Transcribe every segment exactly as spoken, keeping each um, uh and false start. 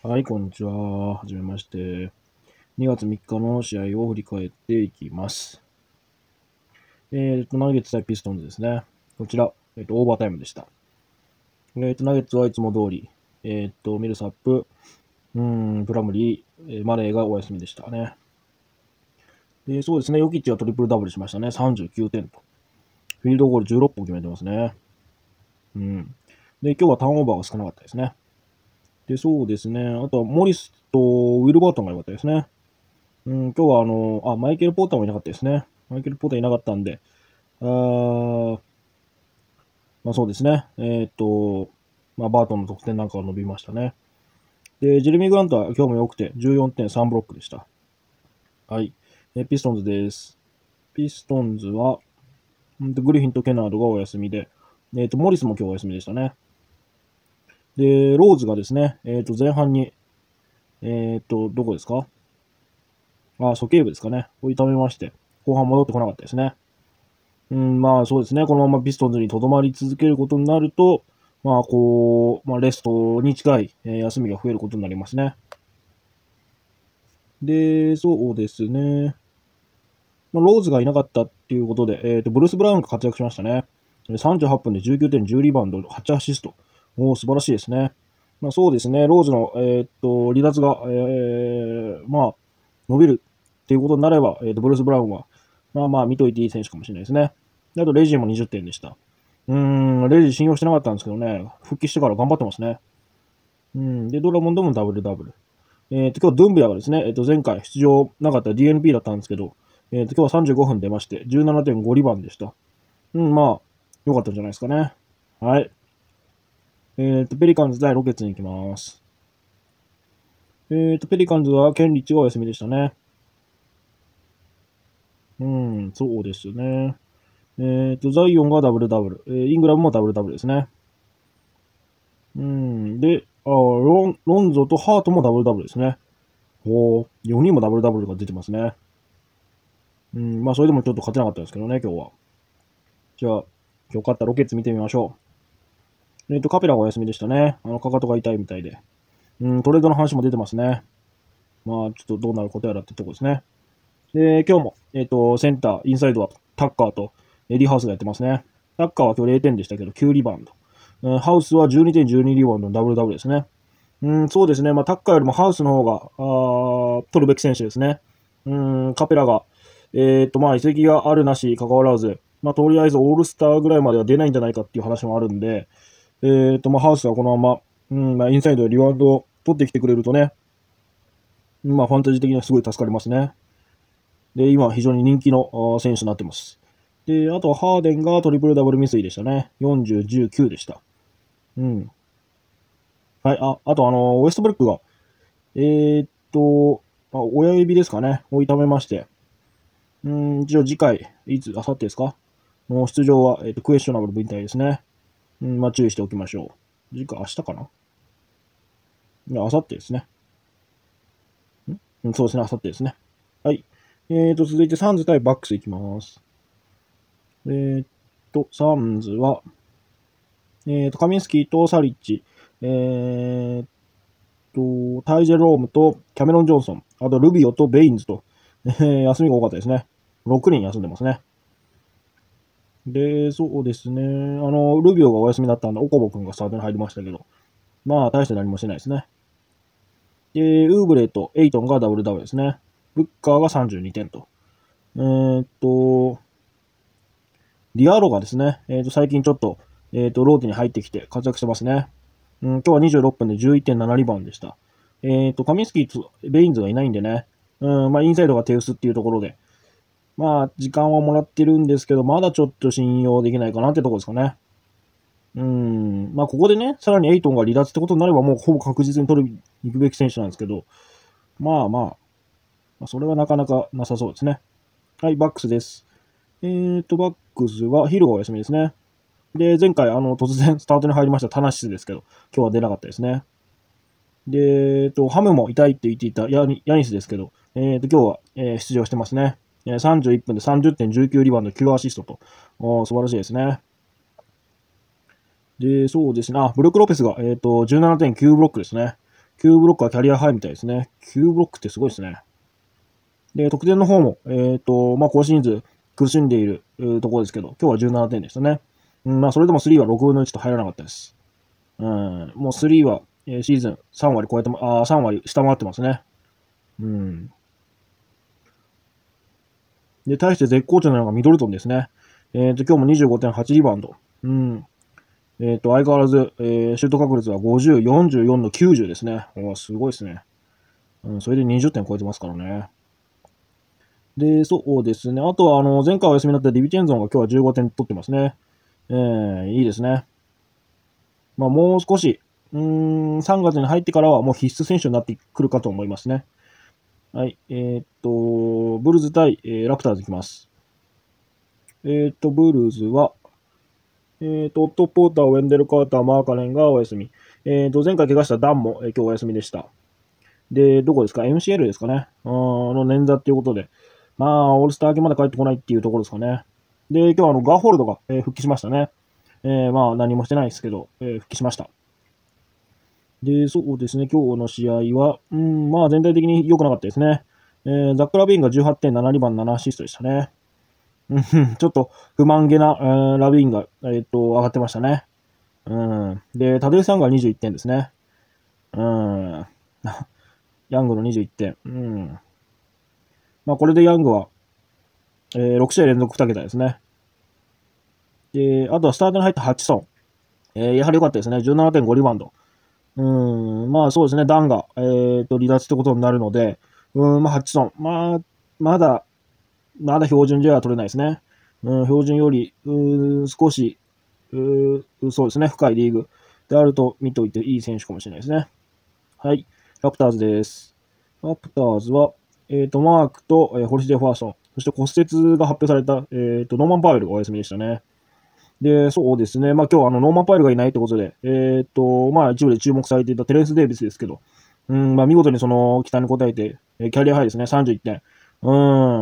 はい、こんにちは。はじめまして。にがつみっかの試合を振り返っていきます。えっと、ナゲッツ対ピストンズですね。こちら、えっと、オーバータイムでした。えっと、ナゲッツはいつも通り、えっと、ミルサップ、うーん、プラムリー、えーマレーがお休みでしたね。で、そうですね、ヨキッチはトリプルダブルしましたね。さんじゅうきゅうてんと。フィールドゴールじゅうろっぽん決めてますね。うん。で、今日はターンオーバーが少なかったですね。で、そうですね、あとはモリスとウィルバートンが良かったですね。うん、今日はあの、あ、マイケル・ポーターもいなかったですね。マイケル・ポーターいなかったんで、あーまあそうですね。えーっと、まあバートンの得点なんかが伸びましたね。で、ジェレミー・グラントは今日も良くてじゅうよんてんさんブロックでした。はい。えピストンズです。ピストンズは、んグリフィンとケナードがお休みで、えーっと、モリスも今日お休みでしたね。で、ローズがですね、えーっと、前半に、えーっと、どこですかあ、鼠径部ですかね。を痛めまして、後半戻ってこなかったですね。うん、まあそうですね、このままピストンズにとどまり続けることになると、まあこう、まあ、レストに近い、えー休みが増えることになりますね。で、そうですね、まあ、ローズがいなかったっていうことで、えーと、ブルース・ブラウンが活躍しましたね。さんじゅうはっぷんでじゅうきゅうてん、じゅうリバウンド、はちアシスト。おー素晴らしいですね。まあそうですね、ローズの、えーと離脱が、えー、まあ、伸びるっていうことになれば、えーとブルース・ブラウンは、まあまあ見といていい選手かもしれないですね。であと、レジーもにじゅってんでした。うーん、レジ信用してなかったんですけどね、復帰してから頑張ってますね。うん、で、ドラモンドもダブルダブル。えっ、と、今日、ドゥンビアがですね、えっ、と、前回出場なかった ディーエヌピー だったんですけど、えっ、と、今日はさんじゅうごふん出まして、じゅうななてんごリバウンドでした。うん、まあ、良かったんじゃないですかね。はい。えっ、と、ペリカンズ対ロケッツに行きます。えっ、と、ペリカンズはケンリッチがお休みでしたね。うん、そうですね。えっ、と、ザイオンがダブルダブル。えーイングラムもダブルダブルですね。うん、で、あロンロンゾとハートもダブルダブルですね。おー、よにんもダブルダブルが出てますね。うん、まあ、それでもちょっと勝てなかったですけどね、今日は。じゃあ、今日勝ったロケッツ見てみましょう。えっ、と、カペラがお休みでしたね。あの、かかとが痛いみたいで。うん、トレードの話も出てますね。まあ、ちょっとどうなることやらってとこですね。で、今日も、えっ、と、センター、インサイドはタッカーとエディハウスがやってますね。タッカーは今日れいてんでしたけど、きゅうリバウンド。うんハウスはじゅうにてんじゅうにリバウンドのダブルダブルですね。うん、そうですね。まあ、タッカーよりもハウスの方が、あー取るべき選手ですね。うん、カペラが、えっ、と、まあ、移籍があるなし、関わらず、まあ、とりあえずオールスターぐらいまでは出ないんじゃないかっていう話もあるんで、えっ、と、まあ、ハウスがこのまま、うん、まあ、インサイドでリバウンドを取ってきてくれるとね、まあ、ファンタジー的にはすごい助かりますね。で、今、非常に人気の選手になってます。で、あとはハーデンがトリプルダブル未遂でしたね。よんじゅう、じゅうきゅうでした。うん。はい、あ、あとあの、ウエストブルックが、えーっと、あ親指ですかね、を痛めまして、うん、一応次回、いつ、あさってですかの出場は、えーっと、クエスチョナブルみたいですね。うん、まあ注意しておきましょう。次回、明日かないや、あさってですね。んうん、そうですね、あさってですね。はい。えーと、続いてサンズ対バックスいきます。えーっと、サンズは、えーと、カミンスキーとサリッチ、えーっと、タイジェロームとキャメロン・ジョンソン、あとルビオとベインズと、えー休みが多かったですね。ろくにん休んでますね。で、そうですね。あの、ルビオがお休みだったんで、オコボ君がスタートに入りましたけど、まあ、大して何もしてないですね。で、ウーブレイとエイトンがダブルダブルですね。ブッカーがさんじゅうにてんと。えーっと、ディアロがですね、えーっと、最近ちょっと、えーっと、ローテに入ってきて活躍してますね。うん、今日はにじゅうろっぷんでじゅういってんななリバウンドでした。えーっと、カミンスキーとベインズがいないんでね、うん、まあ、インサイドが手薄っていうところで、まあ、時間はもらってるんですけど、まだちょっと信用できないかなってところですかね。うん、まあ、ここでね、さらにエイトンが離脱ってことになれば、もうほぼ確実に取りに行くべき選手なんですけど、まあまあ、まあ、それはなかなかなさそうですね。はい、バックスです。えーと、バックスはヒルがお休みですね。で、前回、あの、突然スタートに入りましたタナシスですけど、今日は出なかったですね。で、えーと、ハムも痛いって言っていたヤニヤニスですけど、えーと、今日は、えー出場してますね。さんじゅういっぷんでさんじゅってんじゅうきゅうリバウンドきゅうアシストと、お素晴らしいですね。で、そうですね。あ、ブルック・ロペスが、えっ、と、じゅうななてんきゅうブロックですね。 きゅうブロックはキャリアハイみたいですね。きゅうブロックってすごいですね。で、得点の方も、えっ、と、まあ、更新図苦しんでいるところですけど、今日はじゅうななてんでしたね。うん、まあ、それでもスリーはろくぶんのいちと入らなかったです。うん、もうスリーは、えーシーズンさん割超えても、あさん割下回ってますね。うん。で、対して絶好調なのがミドルトンですね。えっ、と、今日も にじゅうごてんはち リバウンド。うん。えっ、と、相変わらず、えーシュート確率はごじゅう、よんじゅうよんのきゅうじゅうですね。おすごいですね。うん、それでにじゅってん超えてますからね。で、そうですね。あとは、あの、前回お休みになったディビチェンゾンが今日はじゅうごてん取ってますね。えー、いいですね。まあ、もう少し、うーん、さんがつに入ってからはもう必須選手になってくるかと思いますね。はい。えーっと、ブルズ対、えーラプターズいきます。えーっと、ブルーズは、えーっと、オット・ポーター、ウェンデル・カーター、マーカレンがお休み。えーっと、前回怪我したダンも、えー今日お休みでした。で、どこですか？ エムシーエル ですかね。あの、捻挫っていうことで。まあ、オールスター明けまで帰ってこないっていうところですかね。で、今日はあの、ガーホールドが、えー復帰しましたね。えーまあ、何もしてないですけど、えー復帰しました。で、そうですね、今日の試合は、うん、まあ全体的に良くなかったですね。えー、ザック・ラビーンがじゅうはってんななリバウンドななアシストでしたね。うんちょっと不満げな、えーラビーンが、えーっと、上がってましたね。うん。で、タデルさんがにじゅういってんですね。うん。ヤングのにじゅういってん。うん。まあこれでヤングは、えーろく試合連続に桁ですね。で、あとはスタートに入ったハチソン。えーやはり良かったですね。じゅうななてんごリバウンド。うん、まあそうですね、ダンが、えー、と離脱ってことになるので、うん、まあハチソン、まあ、まだ、まだ標準じゃ取れないですね。うん、標準より、う少し、うそうですね、深いリーグであると見ておいていい選手かもしれないですね。はい、ラプターズです。ラプターズは、えっ、と、マークと、えーホリスデ・ファーソン、そして骨折が発表された、えっ、と、ノーマン・パウエルがお休みでしたね。で、そうですね。まあ今日あのノーマンパイルがいないってことで、えーっと、まあ一部で注目されていたテレンス・デイビスですけど、うん、まあ見事にその期待に応えて、えーキャリアハイですね、さんじゅういってん。うん、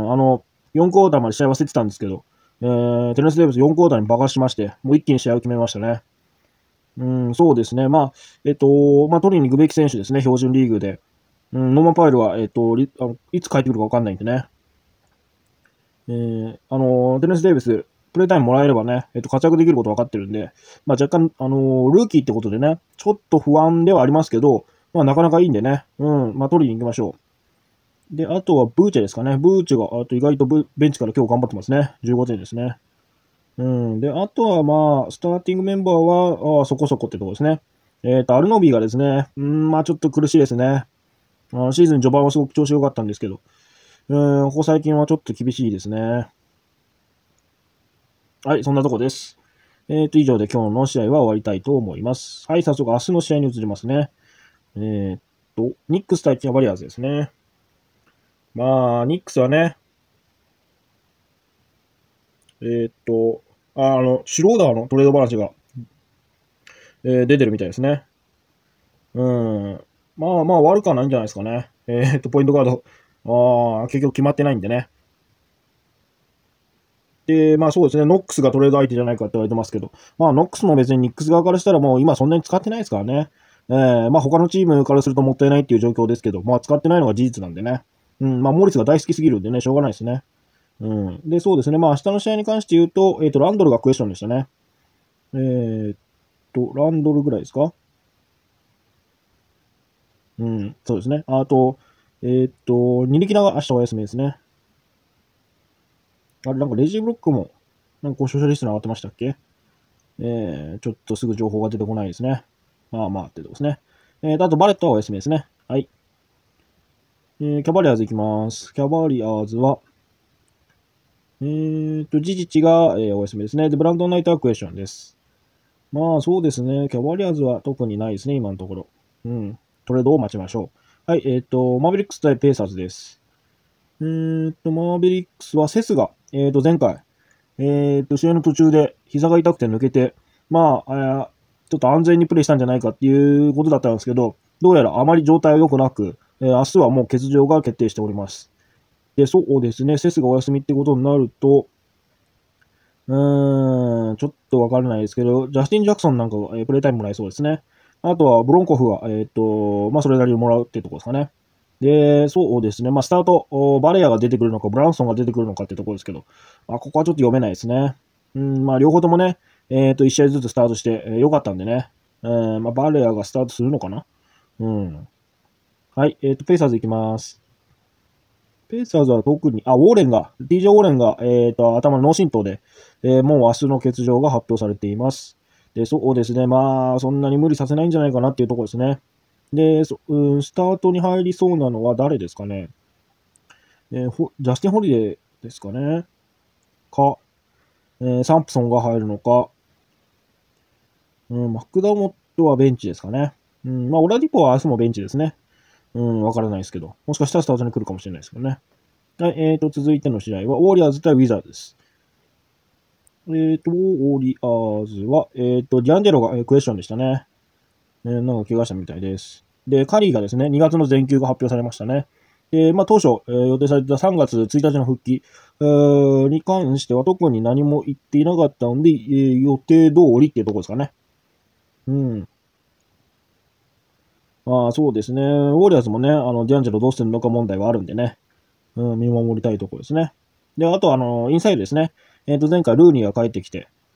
あの、よんクォーターまで試合忘れてたんですけど、えー、テレンス・デイビスよんクォーターに爆発しまして、もう一気に試合を決めましたね。うん、そうですね。まあ、えっと、まあ取りに行くべき選手ですね、標準リーグで。うん、ノーマンパイルは、えっと、あのいつ帰ってくるかわかんないんでね。えー、あの、テネス・デイビス、プレイタイムもらえればね、えっと、活躍できること分かってるんで、まあ、若干、あのールーキーってことでね、ちょっと不安ではありますけど、まあ、なかなかいいんでね、うん、まあ、取りに行きましょう。で、あとはブーチェですかね。ブーチェが、あと意外とブベンチから今日頑張ってますね。じゅうごてんですね。うん。で、あとはまあ、スターティングメンバーは、あそこそこってとこですね。えっ、と、アルノビーがですね、うん、まあ、ちょっと苦しいですね。あのシーズン序盤はすごく調子良かったんですけど、うん、ここ最近はちょっと厳しいですね。はい、そんなとこです。えっ、と、以上で今日の試合は終わりたいと思います。はい、早速明日の試合に移りますね。えっ、と、ニックス対キャバリアーズですね。まあ、ニックスはね、えっ、と、ああの、シュローダーのトレード話が、えー出てるみたいですね。うん。まあまあ悪くはないんじゃないですかね。えっ、と、ポイントガード、ああ、結局決まってないんでね。で、まあそうですね、ノックスがトレード相手じゃないかって言われてますけど、まあノックスも別にニックス側からしたらもう今そんなに使ってないですからね。えー、まあ他のチームからするともったいないっていう状況ですけど、まあ使ってないのが事実なんでね。うん、まあモーリスが大好きすぎるんでね、しょうがないですね。うん。で、そうですね、まあ明日の試合に関して言うと、えっ、と、ランドルがクエスチョンでしたね。えーっと、ランドルぐらいですか？うん、そうですね。あと、えーっと、ニリキナが明日お休みですね。あれ、なんかレジーブロックも、なんか故障者リストに上がってましたっけ？えー、ちょっとすぐ情報が出てこないですね。まあまあってとこですね。えーと、あとバレットはお休みですね。はい。えー、キャバリアーズいきます。キャバリアーズは、えーと、ジジチが、えーお休みですね。で、ブランドンナイトはクエスチョンです。まあそうですね。キャバリアーズは特にないですね、今のところ。うん。トレードを待ちましょう。はい、えっ、と、マーベリックス対ペイサーズです。えーと、マーベリックスはセスが、えーと、前回、えっ、と、試合の途中で膝が痛くて抜けて、まあ、ちょっと安全にプレイしたんじゃないかっていうことだったんですけど、どうやらあまり状態は良くなく、えー明日はもう欠場が決定しております。で、そうですね、セスがお休みってことになると、うーん、ちょっとわからないですけど、ジャスティン・ジャクソンなんかが、えープレイタイムもらえそうですね。 あとはブロンコフは、えっと、まあ、それなりにもらうっていうところですかね。で、そうですね。まあ、スタート、バレアが出てくるのか、ブラウンソンが出てくるのかってところですけど、まあ、ここはちょっと読めないですね。うん、まあ、両方ともね、えっと、いち試合ずつスタートして、えー、よかったんでね。えー、まあ、バレアがスタートするのかな。うん。はい、えっと、ペイサーズいきます。ペイサーズは特に、あ、ウォーレンが、ディージェー ウォーレンが、えっと、頭の脳震盪で、えー、もう明日の欠場が発表されています。で、そうですね。まあ、そんなに無理させないんじゃないかなっていうところですね。で、そうん、スタートに入りそうなのは誰ですかね。えー、ジャスティン・ホリデーですかね。か、えー、サンプソンが入るのか、うん、マクダモットはベンチですかね。うん、まあ、オラディポは明日もベンチですね。うん、わからないですけど。もしかしたらスタートに来るかもしれないですけどね。はい、えーと、続いての試合は、ウォリアーズ対ウィザーズです。えーと、ウォリアーズは、えーと、ジャンジェロが、えー、クエスチョンでしたね。えー、なんか怪我したみたいです。で、カリーがですね、にがつの全休が発表されましたね。で、まあ、当初、えー、予定されてたさんがつついたちの復帰、えー、に関しては特に何も言っていなかったので、えー、予定通りっていうところですかね。うん。まあ、そうですね。ウォリアーズもね、あの、ディアンジェロどうするのか問題はあるんでね、うん、見守りたいところですね。で、あと、あの、インサイドですね。えっ、ー、と、前回ルーニーが帰ってきて、うん、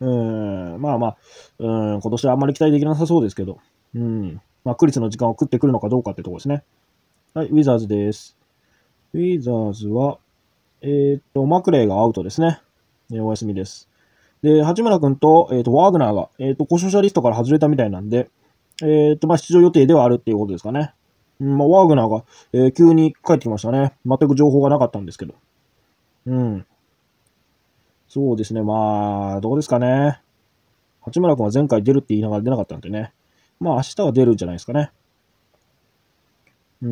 まあまあ、うん、今年はあんまり期待できなさそうですけど、うん、まあ、クリスの時間を食ってくるのかどうかってところですね。はい、ウィザーズです。ウィザーズは、えっ、ー、と、マクレイがアウトですね。えお休みです。で、八村君と、えっ、ー、と、ワーグナーが、えっ、ー、と、故障者リストから外れたみたいなんで、えっ、と、まあ、出場予定ではあるっていうことですかね。うん、まあ、ワーグナーが、えー、急に帰ってきましたね。全く情報がなかったんですけど。うん。そうですね。まあ、どうですかね。八村君は前回出るって言いながら出なかったんでね。まあ、明日は出るんじゃないですかね。うん。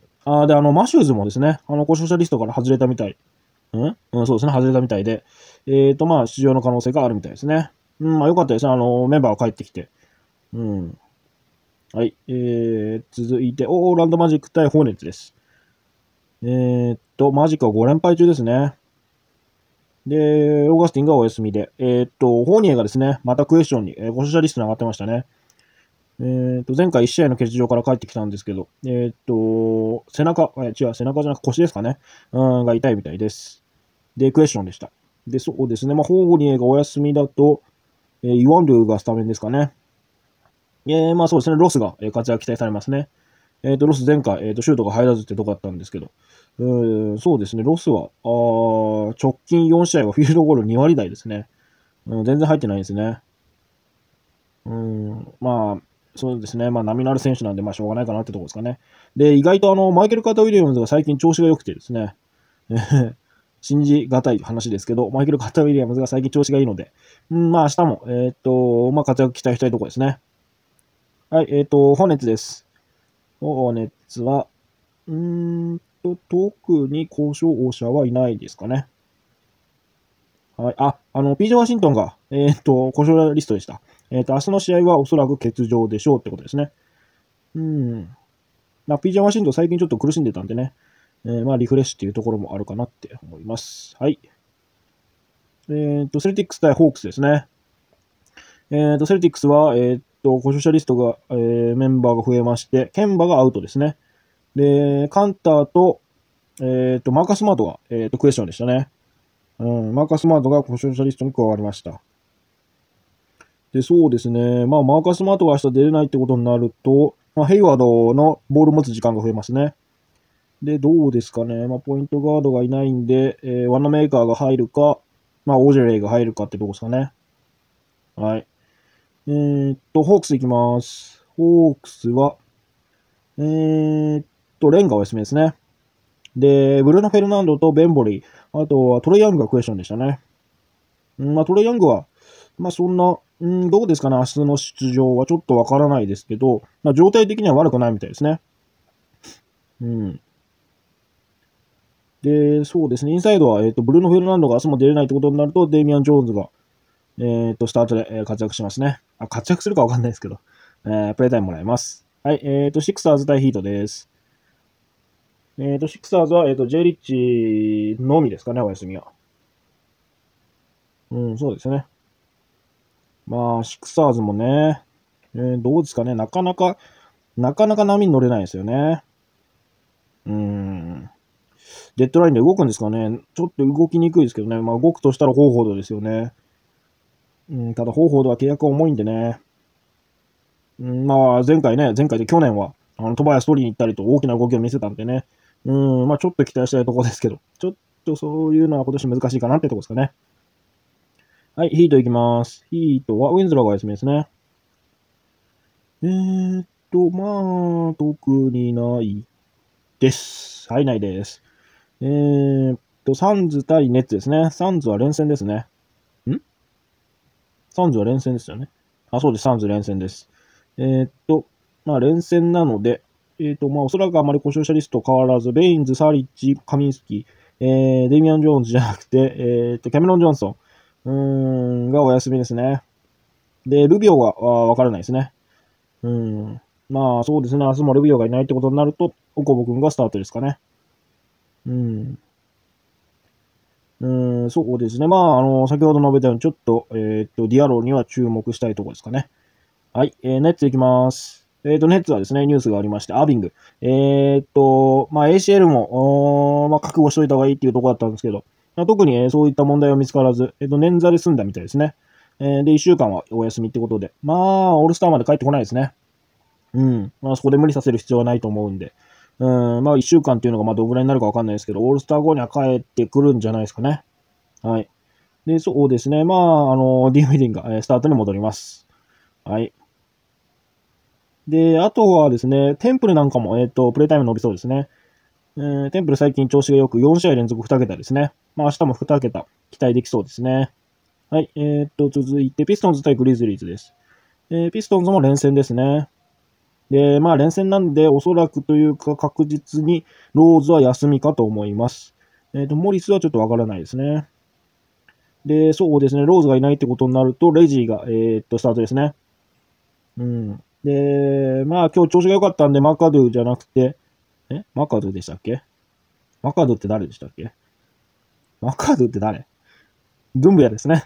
あで、あの、マシューズもですね、あの、故障者リストから外れたみたい。うんうん、そうですね、外れたみたいで。えっ、ー、と、まあ、出場の可能性があるみたいですね。うん、まあ、よかったですね。あの、メンバーが帰ってきて。うん。はい。えー、続いて、オーランドマジック対ホーネッツです。えー、っと、マジックはご連敗中ですね。で、オーガスティンがお休みで、えー、っと、ホーニエがですね、またクエスチョンに、えー、故障者リストに上がってましたね。えー、っと、前回いち試合の欠場から帰ってきたんですけど、えー、っと、背中、え違う、背中じゃなく腰ですかね、うん、が痛いみたいです。で、クエスチョンでした。で、そうですね、まあ、ホーニエがお休みだと、えー、イワンドゥがスタメンですかね。えー、まあそうですね、ロスが、えー、活躍期待されますね。えっ、ー、と、ロス前回、えっ、ー、と、シュートが入らずってとこだったんですけど、うーん、そうですね、ロスは、あ直近よん試合はフィールドゴールに割台ですね。うん、全然入ってないんですね。うん、まあ、そうですね、まあ、波のある選手なんで、まあ、しょうがないかなってところですかね。で、意外とあの、マイケル・カーター・ウィリアムズが最近調子が良くてですね、信じがたい話ですけど、マイケル・カーター・ウィリアムズが最近調子がいいので、うん、まあ、明日も、えっ、と、まあ、活躍期待したいところですね。はい、えっ、と、ホーネッツです。ホーネッツは、うーんと、特に故障者はいないですかね。はい。あ、あの、ピージェー ワシントンが、えーっと、故障リストでした。えーっと、明日の試合はおそらく欠場でしょうってことですね。うん。まあ、ピージェー ワシントン最近ちょっと苦しんでたんでね。えー、まあ、リフレッシュっていうところもあるかなって思います。はい。えーっと、セルティックス対ホークスですね。えーっと、セルティックスは、えーっと、故障者リストが、えー、メンバーが増えまして、ケンバがアウトですね。で、カンターと、えーっと、マーカスマートが、えーっと、クエスチョンでしたね。うん、マーカス・マートが故障者リストに加わりました。で、そうですね。まあ、マーカス・マートが明日出れないってことになると、まあ、ヘイワードのボール持つ時間が増えますね。で、どうですかね。まあ、ポイントガードがいないんで、えー、ワンナメーカーが入るか、まあ、オージェレイが入るかってとこですかね。はい。えー、っと、ホークスいきます。ホークスは、えー、っと、レンがお休みですね。で、ブルーノ・フェルナンドとベンボリー、あとはトレイヤングがクエスチョンでしたね。まあ、トレイヤングは、まあ、そんな、うん、どうですかね、明日の出場はちょっとわからないですけど、まあ、状態的には悪くないみたいですね。うん。で、そうですね、インサイドは、えっ、ー、と、ブルーノ・フェルナンドが明日も出れないってことになると、デイミアン・ジョーンズが、えっ、ー、と、スタートで、えー、活躍しますね。あ、活躍するかわかんないですけど、えー、プレイタイムもらいます。はい、えっ、ー、と、シクサーズ対ヒートです。えっ、と、シクサーズは、えっ、と、J リッチのみですかね、お休みは。うん、そうですね。まあ、シクサーズもね、 えー、どうですかね。なかなか、なかなか波に乗れないですよね。うーん。デッドラインで動くんですかね。ちょっと動きにくいですけどね。まあ動くとしたらホーフォードですよね。うん、ただホーフォードは契約重いんでね。うん、まあ前回ね、前回で去年は、あの、トバヤス取りに行ったりと大きな動きを見せたんでね。うん、まあちょっと期待したいところですけど、ちょっとそういうのは今年難しいかなってとこですかね。はい、ヒートいきます。ヒートはウィンズローがお休みですね。えーっと、まあ、特にないです。はい、ないです。えーっと、サンズ対ネッツですね。サンズは連戦ですね。んサンズは連戦ですよね。あ、そうです。サンズ連戦です。えーっと、まあ、連戦なので、えーっと、まあ、おそらくあまり故障者リスト変わらず、ベインズ、サリッチ、カミンスキー、えー、デミアン・ジョーンズじゃなくて、えーっと、キャメロン・ジョンソン、うーん、がお休みですね。で、ルビオがわからないですね。うん。まあ、そうですね。明日もルビオがいないってことになると、オコボ君がスタートですかね。うん。うん、そうですね。まあ、あの、先ほど述べたように、ちょっと、えーっと、ディアローには注目したいところですかね。はい、えー、ネッツいきます。えーっと、ネッツはですね、ニュースがありまして、アービング。えーっと、まあ、エーシーエル も、まあ、覚悟しといた方がいいっていうところだったんですけど、まあ、特に、えー、そういった問題は見つからず、えーっと、捻挫で済んだみたいですね。えー、で、いっしゅうかんはお休みってことで、まあ、オールスターまで帰ってこないですね。うん。まあ、そこで無理させる必要はないと思うんで。うん、まあ、いっしゅうかんっていうのが、まあ、どのぐらいになるかわかんないですけど、オールスター後には帰ってくるんじゃないですかね。はい。で、そうですね。まあ、あの、ディーウィディンが、えースタートに戻ります。はい。で、あとはですね、テンプルなんかも、えっ、と、プレイタイム伸びそうですね。えー、テンプル最近調子がよく、よん試合連続に桁ですね。まあ、明日もに桁期待できそうですね。はい。えっ、と、続いて、ピストンズ対グリズリーズです。えー、ピストンズも連戦ですね。で、まあ連戦なんで、おそらくというか確実にローズは休みかと思います。えっ、と、モリスはちょっとわからないですね。で、そうですね、ローズがいないってことになると、レジーが、えっ、と、スタートですね。うん。で、まあ今日調子が良かったんで、マカドゥじゃなくて、えマカドゥでしたっけマカドゥって誰でしたっけマカドゥって誰ドゥンブヤですね。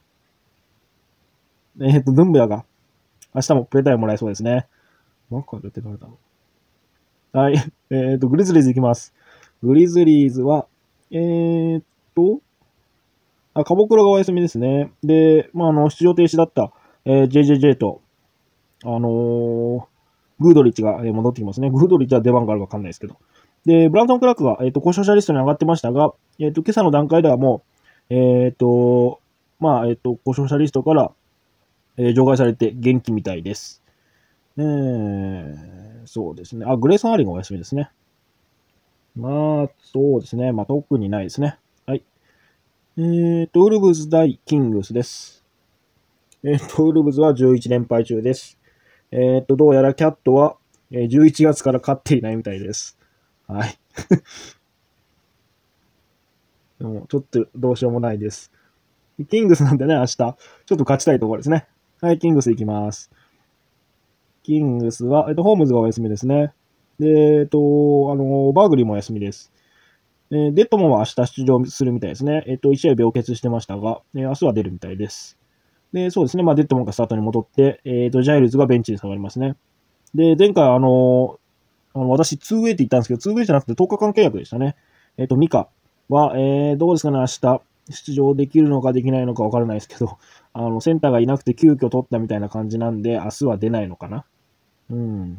えっ、と、ドゥンブヤが明日もプレイタイムもらえそうですね。マカドゥって誰だろうはい。えっ、と、グリズリーズいきます。グリズリーズは、えっ、と、あ、カボクロがお休みですね。で、まあ、あの、出場停止だった、えー、ジェイジェイジェイ と、あのー、グードリッチが戻ってきますね。グードリッチは出番があるかわかんないですけど。で、ブラントン・クラークが、えっ、と、故障者リストに上がってましたが、えっ、と、今朝の段階ではもう、えっ、と、まあ、えっ、と、故障者リストから、えー除外されて元気みたいです。えー、そうですね。あ、グレイソン・アーリンがお休みですね。まあ、そうですね。まあ、特にないですね。はい。えーと、ウルブズ対キングスです。えーと、ウルブズはじゅういち連敗中です。えーと、どうやらキャットは、えーじゅういちがつから勝っていないみたいです。はい。でもちょっとどうしようもないです。キングスなんでね、明日、ちょっと勝ちたいところですね。はい、キングス行きます。キングスは、えっと、ホームズがお休みですね。で、えっと、あの、バーグリーもお休みです。えーデッドモンは明日出場するみたいですね。えっと、いち試合病欠してましたが、えー明日は出るみたいです。で、そうですね。まあ、デッドモンがスタートに戻って、えっと、ジャイルズがベンチに下がりますね。で、前回、あの、あの私、ツーウェイって言ったんですけど、ツーウェイじゃなくてとおかかん契約でしたね。えっと、ミカは、えー、どうですかね、明日、出場できるのかできないのかわからないですけど、あの、センターがいなくて急遽取ったみたいな感じなんで、明日は出ないのかな。うん。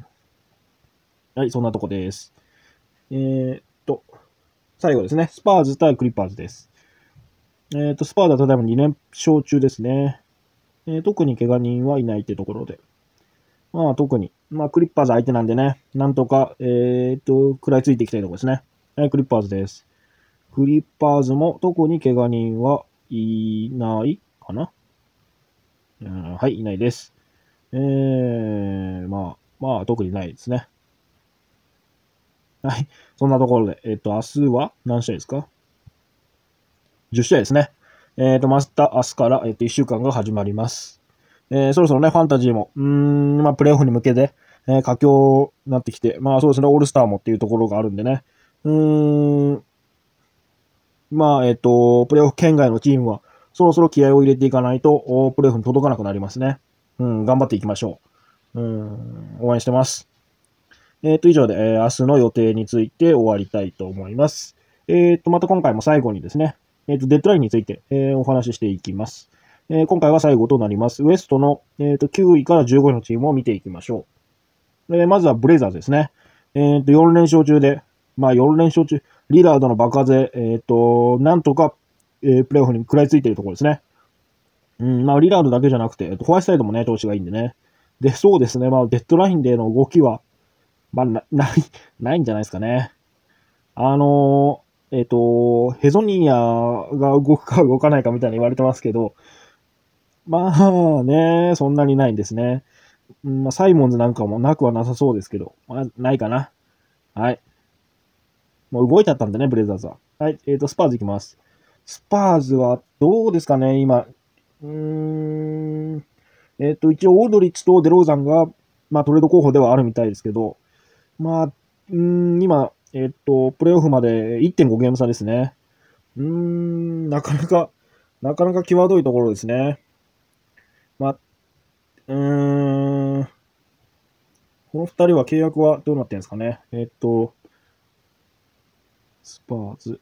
はい、そんなとこです。えーっと、最後ですね。スパーズ対クリッパーズです。えーっと、スパーズはただいまに連勝中ですね。えー特に怪我人はいないってところで。まあ、特に、まあ、クリッパーズ相手なんでね、なんとか、えーっと、食らいついていきたいところですね。はい、クリッパーズです。クリッパーズも特に怪我人はいないかな、うん、はい、いないです。えー、まあ、まあ、特にないですね。はい。そんなところで、えっ、と、明日は何試合ですか ?じゅう 試合ですね。えっ、と、また明日から、えっ、と、いっしゅうかんが始まります。えー、そろそろね、ファンタジーも、うーん、まあ、プレイオフに向けて、えー、佳境になってきて、まあ、そうですね、オールスターもっていうところがあるんでね。うーん、まあ、えっ、と、プレイオフ圏外のチームは、そろそろ気合を入れていかないと、プレイオフに届かなくなりますね。うん、頑張っていきましょう。 うん、応援してます。えっ、ー、と、以上で、えー、明日の予定について終わりたいと思います。えっ、ー、と、また今回も最後にですね、えっ、ー、と、デッドラインについて、えー、お話ししていきます。えー、今回は最後となります。ウエストの、えっ、と、きゅういからじゅうごいのチームを見ていきましょう。えー、まずはブレイザーズですね。えっ、と、よん連勝中で、まあよん連勝中、リラードの爆発で、えっ、と、なんとか、えー、プレイオフに食らいついているところですね。うん、まあリラードだけじゃなくて、えっと、ホワイトサイドもね、調子がいいんでね。で、そうですね、まあデッドラインでの動きは、まあな、ない、ないんじゃないですかね。あのー、えっ、と、ヘゾニアが動くか動かないかみたいに言われてますけど、まあね、そんなにないんですね。うん、まあ、サイモンズなんかもなくはなさそうですけど、まあ、ないかな。はい。もう動いちゃったんでね、ブレザーズは。はい。えっ、ー、と、スパーズいきます。スパーズはどうですかね、今。うーん。えっ、ー、と、一応、オードリッチとデローザンが、まあ、トレード候補ではあるみたいですけど、まあ、うーん、今、えっ、ー、と、プレイオフまでいってんごゲーム差ですね。うーん、なかなか、なかなか際どいところですね。まあ、うーん、この二人は契約はどうなってんですかね。えっ、ー、と、スパーズ。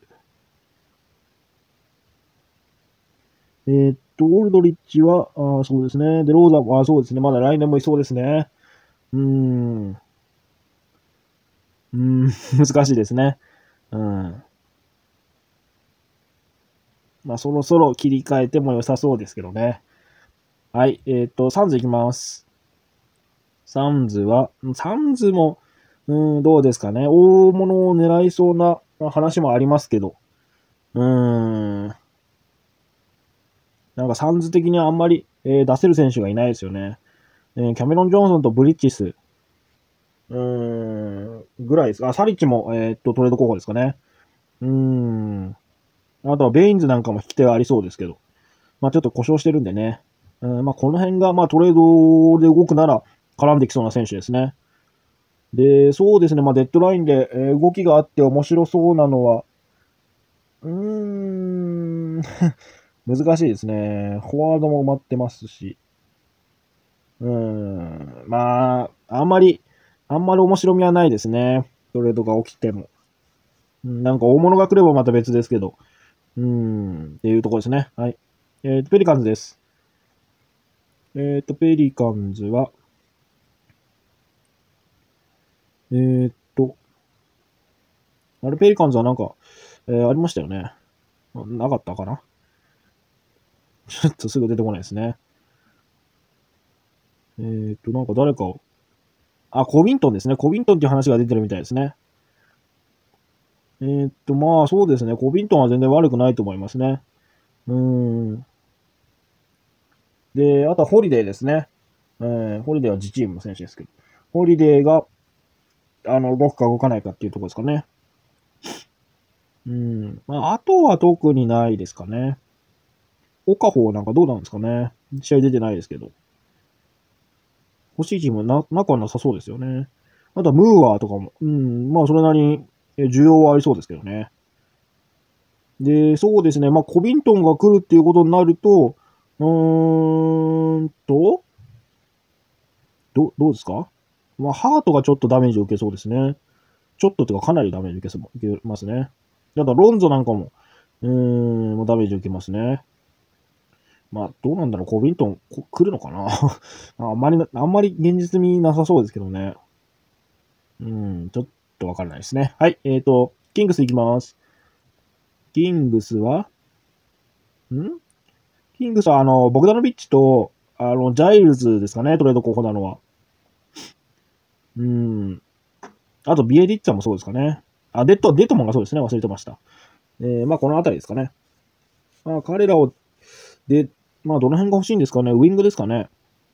えーっと、オールドリッチは、あそうですね。で、ローザも、あそうですね。まだ来年もいそうですね。うーん。うーん、難しいですね。うん。まあ、そろそろ切り替えても良さそうですけどね。はい。えーっと、サンズいきます。サンズは、サンズも、うん、どうですかね。大物を狙いそうな話もありますけど。うーん。なんかサンズ的にはあんまり、えー出せる選手がいないですよね。えーキャメロン・ジョンソンとブリッジス、うーん、ぐらいですか。あ、サリッチも、えーっと、トレード候補ですかね。うーん。あとはベインズなんかも引き手がありそうですけど。まあちょっと故障してるんでね。うん、まあこの辺が、まあトレードで動くなら絡んできそうな選手ですね。で、そうですね。まあデッドラインで、えー動きがあって面白そうなのは、うーん、難しいですね。フォワードも埋まってますし。うーん、まあ、あんまり、あんまり面白みはないですね。トレードが起きても。なんか大物が来ればまた別ですけど。うーん、っていうところですね。はい。えーと、ペリカンズです。えっと、ペリカンズは、えっと、あれ、ペリカンズはなんか、えーありましたよね。なかったかな。ちょっとすぐ出てこないですね。えっと、なんか誰かを、あ、コビントンですね。コビントンっていう話が出てるみたいですね。えっと、まあそうですね。コビントンは全然悪くないと思いますね。うーん。で、あとはホリデーですね。えー、ホリデーは自チームの選手ですけど。ホリデーが、あの、動くか動かないかっていうところですかね。うん。まあ、あとは特にないですかね。オカホーなんかどうなんですかね。試合出てないですけど。欲しいチームな、なくはなさそうですよね。あとはムーアーとかも、うん、まあそれなりに需要はありそうですけどね。で、そうですね。まあコビントンが来るっていうことになると、うーんと、ど、どうですか。まあハートがちょっとダメージを受けそうですね。ちょっとっていうかかなりダメージ受けそう、受けますね。あとはロンゾなんかも、うーん、もうダメージ受けますね。まあ、どうなんだろう、コビントン、こ来るのかなあんまりな、あんまり現実味なさそうですけどね。うん、ちょっとわからないですね。はい、えーと、キングスいきます。キングスは、んキングスは、あの、ボグダノビッチと、あの、ジャイルズですかね、トレード候補なのは。うん。あと、ビエリッツァもそうですかね。あ、デッド、デッドマンがそうですね、忘れてました。えー、まあ、このあたりですかね。まあ、彼らを、で、まあ、どの辺が欲しいんですかね。ウィングですかね。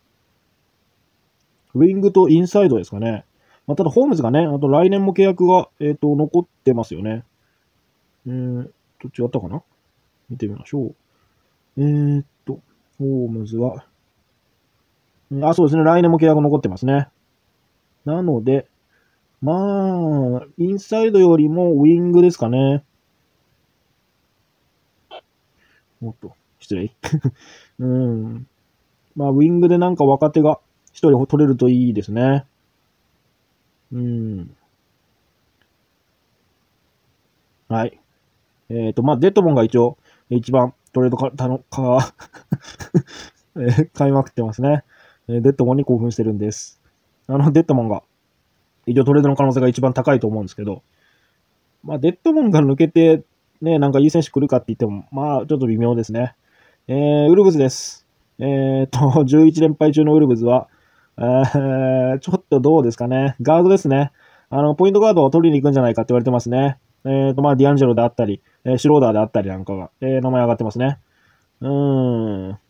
ウィングとインサイドですかね。まあ、ただ、ホームズがね、あと来年も契約が、えっ、ー、と、残ってますよね。えーと、違ったかな見てみましょう。えーっと、ホームズは、あ、そうですね。来年も契約残ってますね。なので、まあ、インサイドよりもウィングですかね。おっと、失礼。うん。まあ、ウィングでなんか若手が一人取れるといいですね。うん。はい。えっ、と、まあ、デッドモンが一応、一番トレードか、たの、か、えー買いまくってますね。えーデッドモンに興奮してるんです。あの、デッドモンが、一応トレードの可能性が一番高いと思うんですけど、まあ、デッドモンが抜けて、ね、なんかいい選手来るかって言っても、まあ、ちょっと微妙ですね。えー、ウルブズです。えっと、じゅういち連敗中のウルブズは、えー、ちょっとどうですかね。ガードですね。あの、ポイントガードを取りに行くんじゃないかって言われてますね。えっと、まあ、ディアンジェロであったり、えーシュローダーであったりなんかが、えー名前上がってますね。うーん。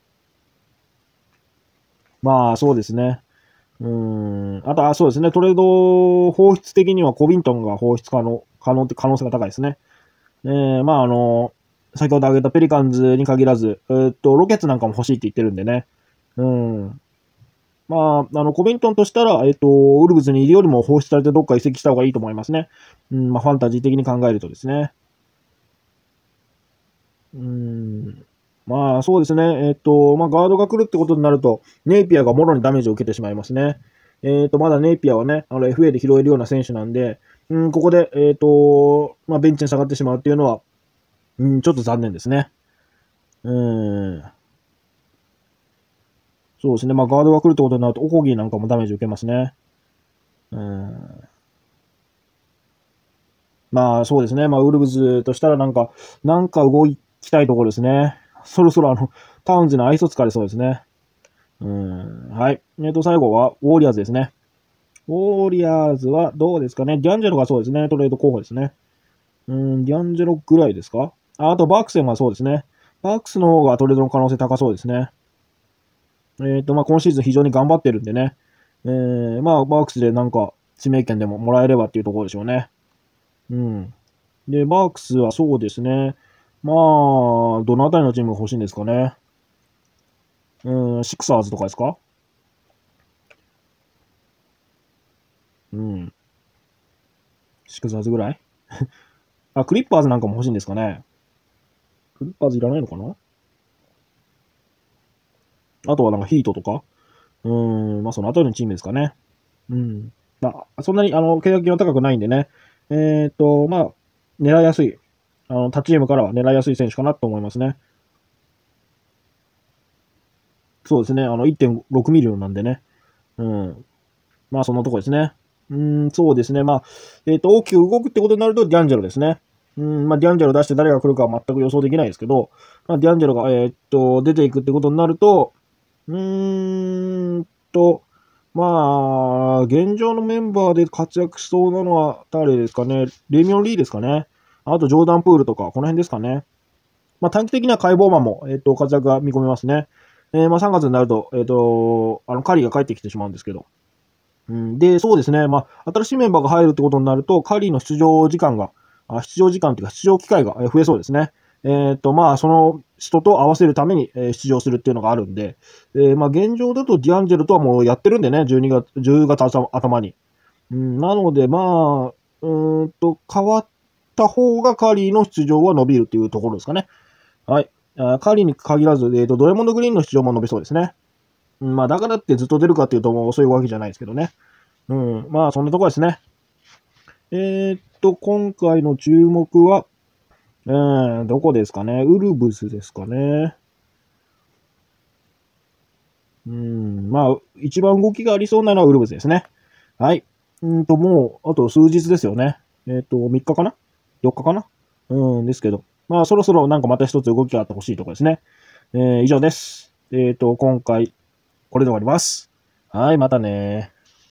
まあ、そうですね。うーん。あと、あ、そうですね。トレード放出的にはコビントンが放出可能、可能って可能性が高いですね。えー、まあ、あの、先ほど挙げたペリカンズに限らず、えーっと、ロケッツなんかも欲しいって言ってるんでね。うん。まあ、あの、コビントンとしたら、えっと、ウルブズにいるよりも放出されてどっか移籍した方がいいと思いますね。うん、まあ、ファンタジー的に考えるとですね。うん。まあ、そうですね。えっと、まあ、ガードが来るってことになると、ネイピアがもろにダメージを受けてしまいますね。えっと、まだネイピアはね、あの エフエー で拾えるような選手なんで、うん、ここで、えっと、まあ、ベンチに下がってしまうっていうのは、うん、ちょっと残念ですね。うん。そうですね。まあ、ガードが来るってことになると、オコギーなんかもダメージ受けますね。うん。まあ、そうですね。まあ、ウルブズとしたらなんか、なんか動きたいところですね。そろそろあの、タウンズの愛想疲れそうですね。うん。はい。えっと、最後は、ウォーリアーズですね。ウォーリアーズはどうですかね。ディアンジェロがそうですね。トレード候補ですね。うん、ディアンジェロぐらいですか。ああと、バークセンがそうですね。バークスの方がトレードの可能性高そうですね。えっと、まあ、今シーズン非常に頑張ってるんでね。えー、まあ、バークスでなんか、指名権でももらえればっていうところでしょうね。うん。で、バークスはそうですね。まあ、どのあたりのチームが欲しいんですかね。うん、シクサーズとかですか。うん、シクサーズぐらい。あ、クリッパーズなんかも欲しいんですかね。クリッパーズいらないのかな。あとはなんかヒートとか。うん、まあそのあたりのチームですかね。うん。まあ、そんなにあの、契約金は高くないんでね。えっ、と、まあ、狙いやすい。あの、他チームからは狙いやすい選手かなと思いますね。そうですね。あの、いってんろくミリオンなんでね。うん。まあ、そんなとこですね。うん、そうですね。まあ、えっ、と、大きく動くってことになると、ディアンジェロですね。うん、まあ、ディアンジェロ出して誰が来るかは全く予想できないですけど、まあ、ディアンジェロが、えっ、と、出ていくってことになると、うーんと、まあ、現状のメンバーで活躍しそうなのは誰ですかね。レミオン・リーですかね。あと、ジョーダン・プールとか、この辺ですかね。まあ、短期的な解剖マンも、えっ、と、活躍が見込めますね。えー、まあ、さんがつになると、えっ、と、あの、カリーが帰ってきてしまうんですけど、うん、で、そうですね、まあ、新しいメンバーが入るってことになると、カリーの出場時間が、あ出場時間というか、出場機会がえ増えそうですね。えっ、と、まあ、その人と合わせるために、えー出場するっていうのがあるんで、えーまあ、現状だとディアンジェルとはもうやってるんでね、じゅうにがつ、じゅうがつ頭に。うん、なので、まあ、うーんと、変わった方がカリーの出場は伸びるっていうところですかね。はい。あカリーに限らず、えっ、と、ドレモンド・グリーンの出場も伸びそうですね。うん、まあ、だからってずっと出るかっていうと、もうそういうわけじゃないですけどね。うん。まあ、そんなところですね。えーっと、今回の注目は、えー、どこですかね。ウルブスですかね。うん。まあ、一番動きがありそうなのはウルブスですね。はい。うんと、もう、あと数日ですよね。えーっと、みっかかな ?よっか かなうんですけど。まあ、そろそろなんかまた一つ動きがあってほしいところですね。えー、以上です。えーっと、今回、これで終わります。はい、またね